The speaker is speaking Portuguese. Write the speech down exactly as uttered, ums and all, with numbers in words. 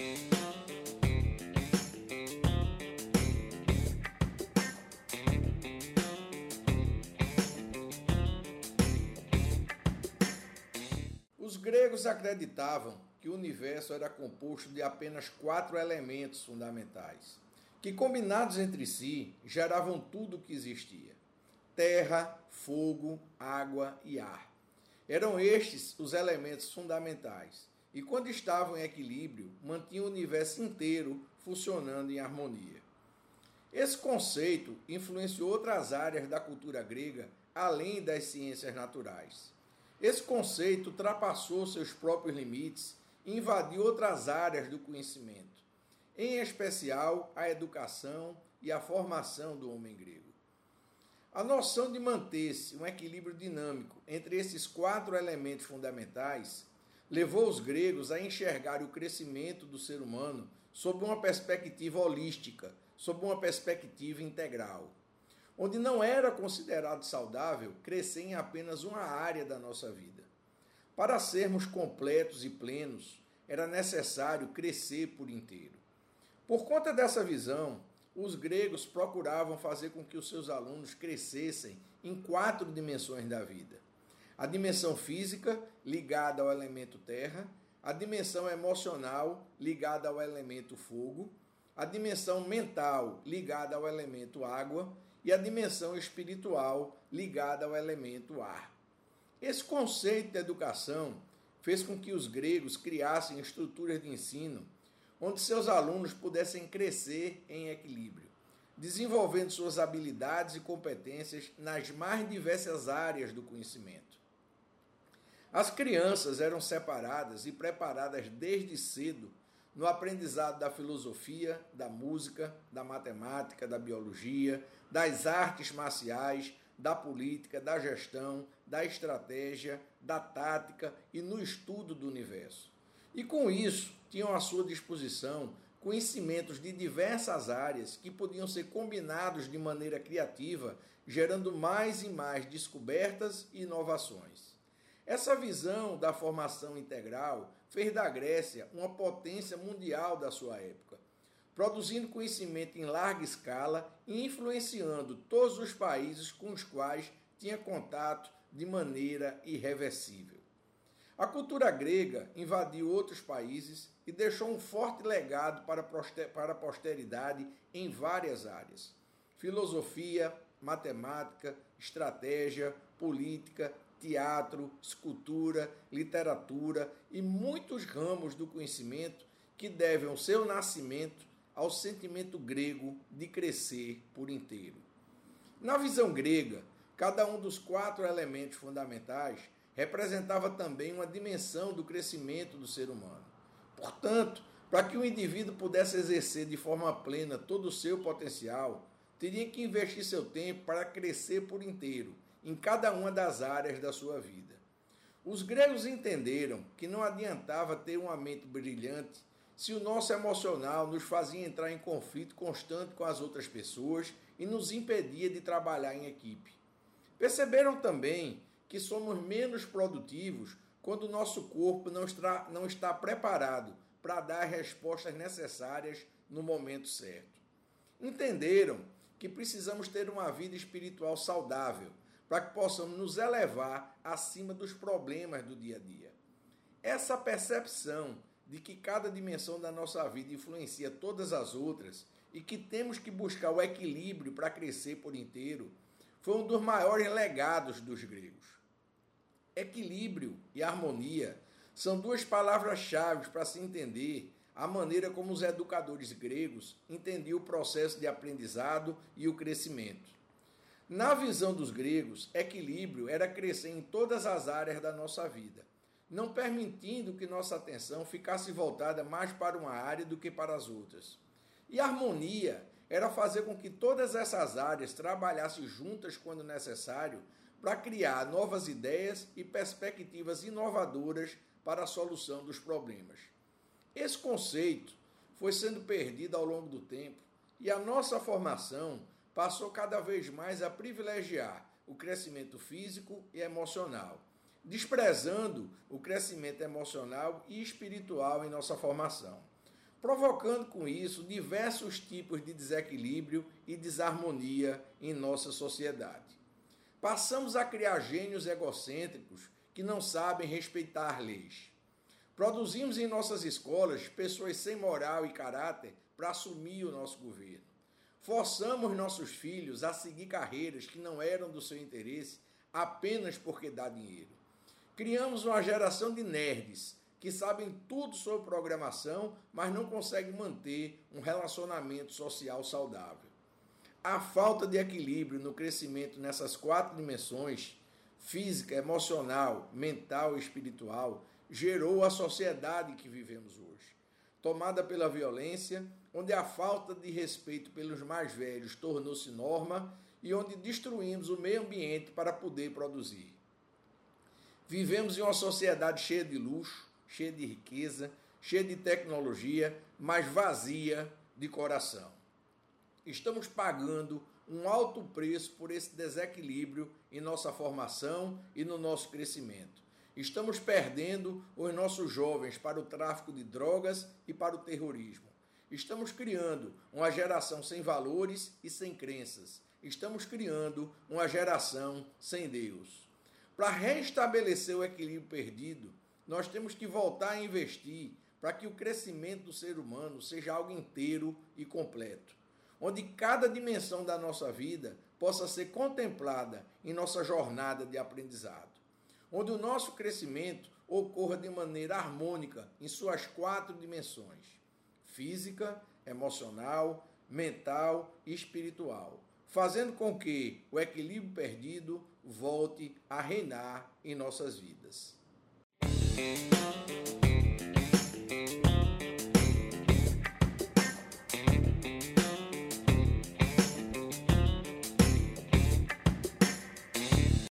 Os gregos acreditavam que o universo era composto de apenas quatro elementos fundamentais, que combinados entre si geravam tudo o que existia: terra, fogo, água e ar. Eram estes os elementos fundamentais, e quando estavam em equilíbrio, mantinham o universo inteiro funcionando em harmonia. Esse conceito influenciou outras áreas da cultura grega, além das ciências naturais. Esse conceito ultrapassou seus próprios limites e invadiu outras áreas do conhecimento, em especial a educação e a formação do homem grego. A noção de manter-se um equilíbrio dinâmico entre esses quatro elementos fundamentais levou os gregos a enxergar o crescimento do ser humano sob uma perspectiva holística, sob uma perspectiva integral, onde não era considerado saudável crescer em apenas uma área da nossa vida. Para sermos completos e plenos, era necessário crescer por inteiro. Por conta dessa visão, os gregos procuravam fazer com que os seus alunos crescessem em quatro dimensões da vida: a dimensão física, ligada ao elemento terra; a dimensão emocional, ligada ao elemento fogo; a dimensão mental, ligada ao elemento água; e a dimensão espiritual, ligada ao elemento ar. Esse conceito de educação fez com que os gregos criassem estruturas de ensino onde seus alunos pudessem crescer em equilíbrio, desenvolvendo suas habilidades e competências nas mais diversas áreas do conhecimento. As crianças eram separadas e preparadas desde cedo no aprendizado da filosofia, da música, da matemática, da biologia, das artes marciais, da política, da gestão, da estratégia, da tática e no estudo do universo. E com isso, tinham à sua disposição conhecimentos de diversas áreas que podiam ser combinados de maneira criativa, gerando mais e mais descobertas e inovações. Essa visão da formação integral fez da Grécia uma potência mundial da sua época, produzindo conhecimento em larga escala e influenciando todos os países com os quais tinha contato de maneira irreversível. A cultura grega invadiu outros países e deixou um forte legado para a posteridade em várias áreas: filosofia, matemática, estratégia, política, teatro, escultura, literatura e muitos ramos do conhecimento que devem o seu nascimento ao sentimento grego de crescer por inteiro. Na visão grega, cada um dos quatro elementos fundamentais representava também uma dimensão do crescimento do ser humano. Portanto, para que o indivíduo pudesse exercer de forma plena todo o seu potencial, teria que investir seu tempo para crescer por inteiro, em cada uma das áreas da sua vida. Os gregos entenderam que não adiantava ter uma mente brilhante se o nosso emocional nos fazia entrar em conflito constante com as outras pessoas e nos impedia de trabalhar em equipe. Perceberam também que somos menos produtivos quando o nosso corpo não está, não está preparado para dar as respostas necessárias no momento certo. Entenderam que precisamos ter uma vida espiritual saudável para que possamos nos elevar acima dos problemas do dia a dia. Essa percepção de que cada dimensão da nossa vida influencia todas as outras e que temos que buscar o equilíbrio para crescer por inteiro foi um dos maiores legados dos gregos. Equilíbrio e harmonia são duas palavras-chave para se entender a maneira como os educadores gregos entendiam o processo de aprendizado e o crescimento. Na visão dos gregos, equilíbrio era crescer em todas as áreas da nossa vida, não permitindo que nossa atenção ficasse voltada mais para uma área do que para as outras. E harmonia era fazer com que todas essas áreas trabalhassem juntas quando necessário para criar novas ideias e perspectivas inovadoras para a solução dos problemas. Esse conceito foi sendo perdido ao longo do tempo e a nossa formação passou cada vez mais a privilegiar o crescimento físico e emocional, desprezando o crescimento emocional e espiritual em nossa formação. provocando com isso diversos tipos de desequilíbrio e desarmonia em nossa sociedade. Passamos a criar gênios egocêntricos que não sabem respeitar leis. Produzimos em nossas escolas pessoas sem moral e caráter para assumir o nosso governo. Forçamos nossos filhos a seguir carreiras que não eram do seu interesse apenas porque dá dinheiro. Criamos uma geração de nerds que sabem tudo sobre programação, mas não conseguem manter um relacionamento social saudável. A falta de equilíbrio no crescimento nessas quatro dimensões, física, emocional, mental e espiritual, gerou a sociedade que vivemos hoje, tomada pela violência, onde a falta de respeito pelos mais velhos tornou-se norma e onde destruímos o meio ambiente para poder produzir. Vivemos em uma sociedade cheia de luxo, cheia de riqueza, cheia de tecnologia, mas vazia de coração. Estamos pagando um alto preço por esse desequilíbrio em nossa formação e no nosso crescimento. Estamos perdendo os nossos jovens para o tráfico de drogas e para o terrorismo. Estamos criando uma geração sem valores e sem crenças. Estamos criando uma geração sem Deus. Para restabelecer o equilíbrio perdido, nós temos que voltar a investir para que o crescimento do ser humano seja algo inteiro e completo, onde cada dimensão da nossa vida possa ser contemplada em nossa jornada de aprendizado, onde o nosso crescimento ocorra de maneira harmônica em suas quatro dimensões: física, emocional, mental e espiritual, fazendo com que o equilíbrio perdido volte a reinar em nossas vidas.